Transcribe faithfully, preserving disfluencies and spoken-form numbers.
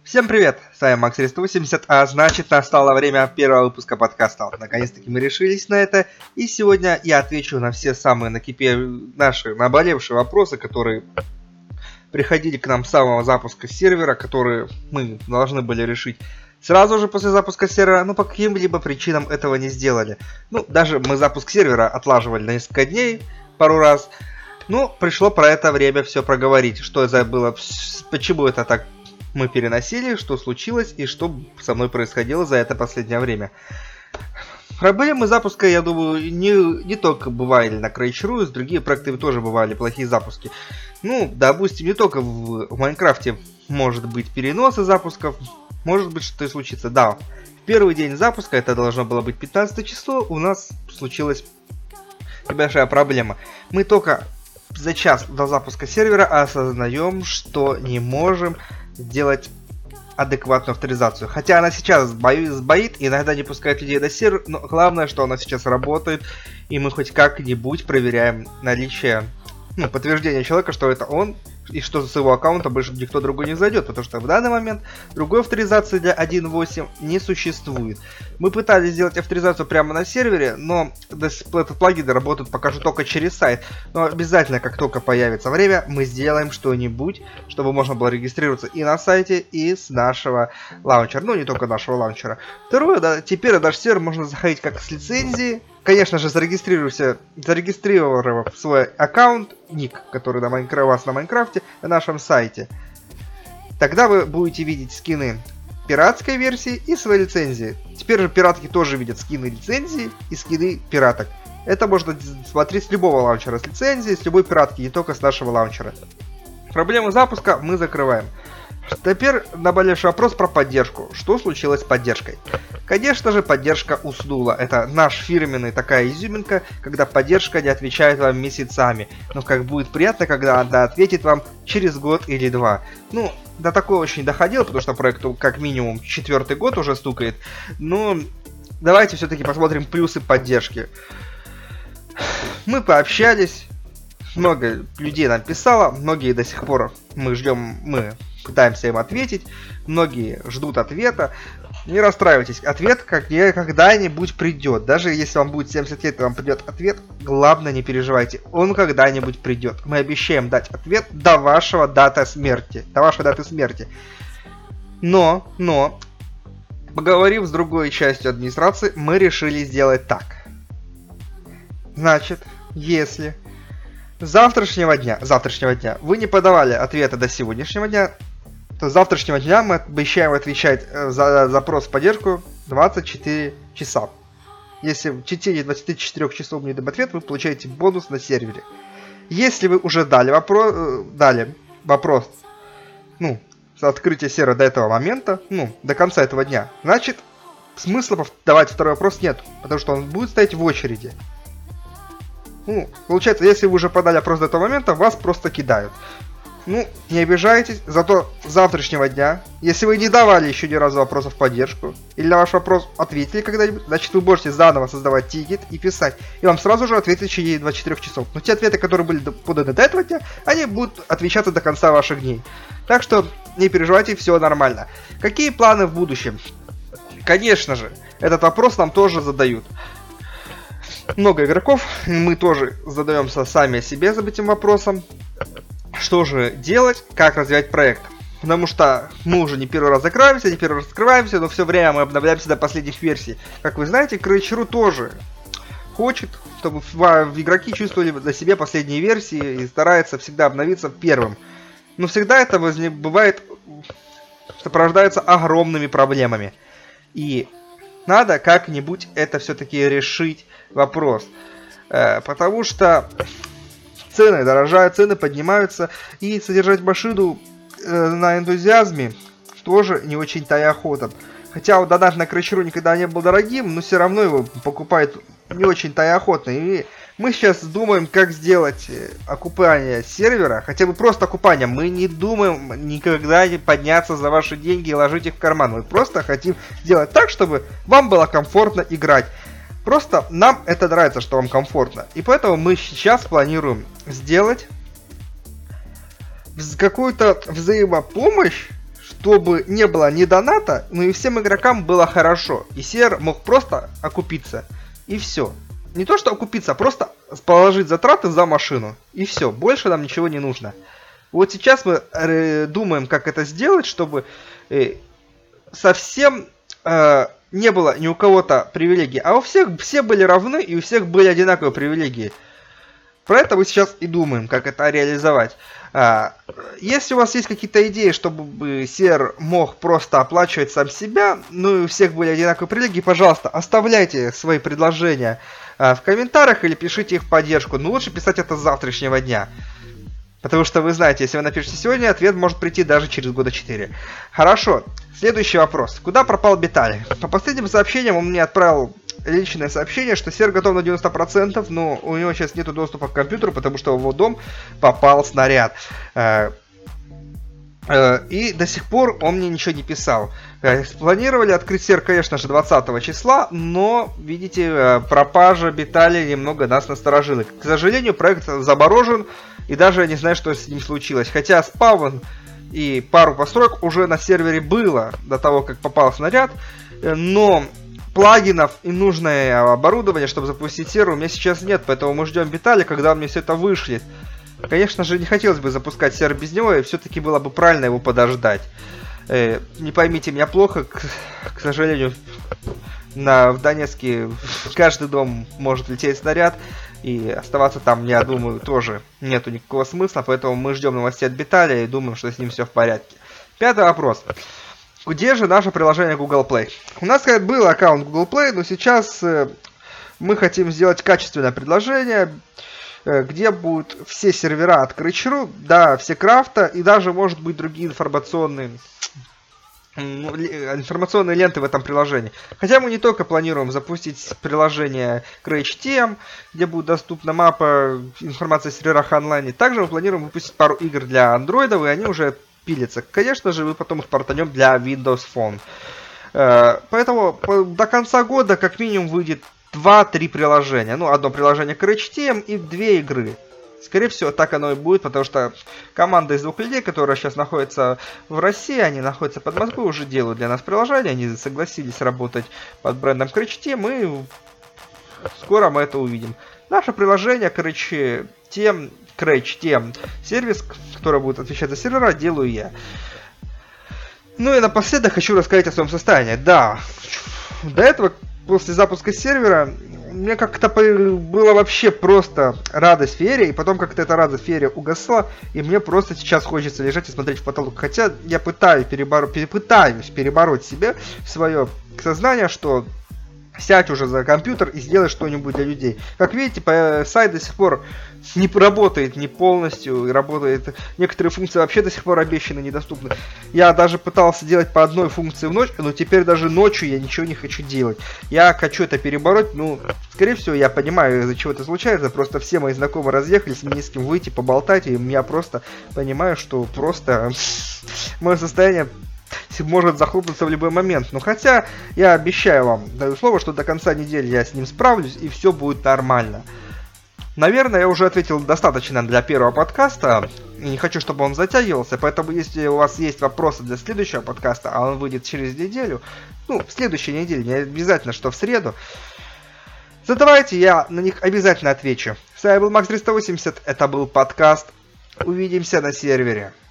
Всем привет, с вами Макс триста восемьдесят, а значит настало время первого выпуска подкаста. Наконец-таки мы решились на это, и сегодня я отвечу на все самые накипе... наши наболевшие вопросы, которые приходили к нам с самого запуска сервера, которые мы должны были решить сразу же после запуска сервера, но по каким-либо причинам этого не сделали. Ну, даже мы запуск сервера отлаживали на несколько дней, пару раз. Ну, пришло про это время все проговорить, что это было, почему это так мы переносили, что случилось и что со мной происходило за это последнее время. Проблемы запуска, я думаю, не, не только бывали на Крейчру, с другими проектами тоже бывали плохие запуски. Ну, допустим, не только в, в Майнкрафте может быть переносы запусков, может быть что-то и случится. Да, в первый день запуска, это должно было быть пятнадцатое число, у нас случилась небольшая проблема. Мы только за час до запуска сервера осознаем, что не можем сделать адекватную авторизацию. Хотя она сейчас сбоит, иногда не пускает людей до сервера, но главное, что она сейчас работает, и мы хоть как-нибудь проверяем наличие, ну, подтверждения человека, что это он, и что с его аккаунта больше никто другой не зайдет, потому что в данный момент другой авторизации для один точка восемь не существует. Мы пытались сделать авторизацию прямо на сервере, но этот плагин работает пока что только через сайт. Но обязательно, как только появится время, мы сделаем что-нибудь, чтобы можно было регистрироваться и на сайте, и с нашего лаунчера. Ну, не только нашего лаунчера. Второе, да, теперь на наш сервер можно заходить как с лицензии. Конечно же, зарегистрируйся, зарегистрировав свой аккаунт, ник, который на Майнкрафте, у вас на Майнкрафте, на нашем сайте. Тогда вы будете видеть скины пиратской версии и своей лицензии. Теперь же пиратки тоже видят скины лицензии и скины пираток. Это можно смотреть с любого лаунчера с лицензией, с любой пиратки, не только с нашего лаунчера. Проблему запуска мы закрываем. Теперь наболевший вопрос про поддержку. Что случилось с поддержкой? Конечно же, поддержка уснула. Это наш фирменный такая изюминка, когда поддержка не отвечает вам месяцами. Но как будет приятно, когда она ответит вам через год или два. Ну, до такого очень доходило, потому что проекту как минимум четвертый год уже стукает. Но давайте все-таки посмотрим плюсы поддержки. Мы пообщались. Много людей нам писало, многие до сих пор мы ждем, мы пытаемся им ответить, многие ждут ответа. Не расстраивайтесь, ответ как когда-нибудь придет. Даже если вам будет семьдесят лет и вам придет ответ, главное, не переживайте, он когда-нибудь придет. Мы обещаем дать ответ до вашего даты смерти, до вашей даты смерти. Но, но, поговорив с другой частью администрации, мы решили сделать так. Значит, если с завтрашнего дня, завтрашнего дня вы не подавали ответа до сегодняшнего дня, то с завтрашнего дня мы обещаем отвечать за запрос в поддержку двадцать четыре часа. Если в течение двадцати четырёх часов не дадим ответ, вы получаете бонус на сервере. Если вы уже дали вопрос, дали вопрос, ну, с открытия сервера до этого момента, ну, до конца этого дня, значит, смысла давать второй вопрос нет, потому что он будет стоять в очереди. Ну, получается, если вы уже подали опрос до этого момента, вас просто кидают. Ну, не обижайтесь, зато с завтрашнего дня, если вы не давали еще ни разу вопросов в поддержку, или на ваш вопрос ответили когда-нибудь, значит вы можете заново создавать тикет и писать, и вам сразу же ответят в течение двадцати четырёх часов. Но те ответы, которые были поданы до этого дня, они будут отвечаться до конца ваших дней. Так что не переживайте, все нормально. Какие планы в будущем? Конечно же, этот вопрос нам тоже задают. Много игроков, мы тоже задаемся сами себе за этим вопросом. Что же делать, как развивать проект? Потому что мы уже не первый раз закрываемся, не первый раз открываемся, но все время мы обновляемся до последних версий. Как вы знаете, Крейчру тоже хочет, чтобы игроки чувствовали на себе последние версии и старается всегда обновиться первым. Но всегда это бывает, сопровождается огромными проблемами. И надо как-нибудь это все-таки решить вопрос. Э, потому что цены дорожают, цены поднимаются, и содержать машину э, на энтузиазме тоже не очень-то и охота. Хотя вот донат на Крейчру никогда не был дорогим, но все равно его покупают не очень-то и охотно. И мы сейчас думаем, как сделать окупание сервера, хотя бы просто окупание. Мы не думаем никогда не подняться за ваши деньги и ложить их в карман. Мы просто хотим сделать так, чтобы вам было комфортно играть. Просто нам это нравится, что вам комфортно. И поэтому мы сейчас планируем сделать какую-то взаимопомощь, чтобы не было ни доната, но и всем игрокам было хорошо. И сервер мог просто окупиться. И все. Не то что окупиться, а просто положить затраты за машину. И все. Больше нам ничего не нужно. Вот сейчас мы э, думаем, как это сделать, чтобы э, совсем э, не было ни у кого-то привилегий, а у всех все были равны и у всех были одинаковые привилегии. Про это мы сейчас и думаем, как это реализовать. А, если у вас есть какие-то идеи, чтобы сервер мог просто оплачивать сам себя, ну и у всех были одинаковые привилегии, пожалуйста, оставляйте свои предложения а, в комментариях или пишите их в поддержку. Но лучше писать это с завтрашнего дня. Потому что вы знаете, если вы напишете сегодня, ответ может прийти даже через года четыре. Хорошо, следующий вопрос. Куда пропал Битали? По последним сообщениям он мне отправил личное сообщение, что сервер готов на девяносто процентов, но у него сейчас нет доступа к компьютеру, потому что в его дом попал снаряд. И до сих пор он мне ничего не писал. Спланировали открыть сервер, конечно же, двадцатого числа, но, видите, пропажа Битали немного нас насторожила. К сожалению, проект заморожен, и даже я не знаю, что с ним случилось. Хотя спавн и пару построек уже на сервере было до того, как попал снаряд, но плагинов и нужное оборудование, чтобы запустить сервер, у меня сейчас нет, поэтому мы ждем Битали, когда он мне все это вышлет. Конечно же, не хотелось бы запускать сервер без него, и все-таки было бы правильно его подождать. Э, не поймите меня плохо, к, к сожалению, на, в Донецке в каждый дом может лететь снаряд, и оставаться там, я думаю, тоже нету никакого смысла, поэтому мы ждем новостей от Битали и думаем, что с ним все в порядке. Пятый вопрос. Где же наше приложение Google Play? У нас, конечно, был аккаунт Google Play, но сейчас э, мы хотим сделать качественное предложение, э, где будут все сервера от Крычру, да, все крафта и даже, может быть, другие информационные, э, информационные ленты в этом приложении. Хотя мы не только планируем запустить приложение CrunchTeam, где будет доступна мапа информации о серверах онлайн, также мы планируем выпустить пару игр для андроидов, и они уже пилится. Конечно же, мы потом их портанем для Windows Phone. Поэтому до конца года как минимум выйдет два-три приложения. Ну, одно приложение CrunchTeam и две игры. Скорее всего, так оно и будет, потому что команда из двух людей, которая сейчас находится в России, они находятся под Москвой, уже делают для нас приложение. Они согласились работать под брендом CrunchTeam, и скоро мы это увидим. Наше приложение CrunchTeam, CrunchTeam сервис, который будет отвечать за сервера, делаю я. Ну и напоследок хочу рассказать о своем состоянии. Да, до этого, после запуска сервера, мне как-то было вообще просто радость феерия, и потом как-то эта радость феерия угасла, и мне просто сейчас хочется лежать и смотреть в потолок. Хотя я пытаюсь, переборо... пытаюсь перебороть себе свое сознание, что сядь уже за компьютер и сделай что-нибудь для людей. Как видите, сайт до сих пор не работает не полностью, и работает. Некоторые функции вообще до сих пор обещаны, недоступны. Я даже пытался делать по одной функции в ночь, но теперь даже ночью я ничего не хочу делать. Я хочу это перебороть, ну, скорее всего, я понимаю, из-за чего это случается, просто все мои знакомые разъехались, мне не с кем выйти, поболтать, и я просто понимаю, что просто мое состояние может захлопнуться в любой момент. Но хотя я обещаю вам, даю слово, что до конца недели я с ним справлюсь и все будет нормально. Наверное, я уже ответил достаточно для первого подкаста. И не хочу, чтобы он затягивался. Поэтому, если у вас есть вопросы для следующего подкаста, а он выйдет через неделю, ну, в следующей неделе, не обязательно, что в среду, задавайте, я на них обязательно отвечу. С вами был Макс триста восемьдесят, это был подкаст. Увидимся на сервере.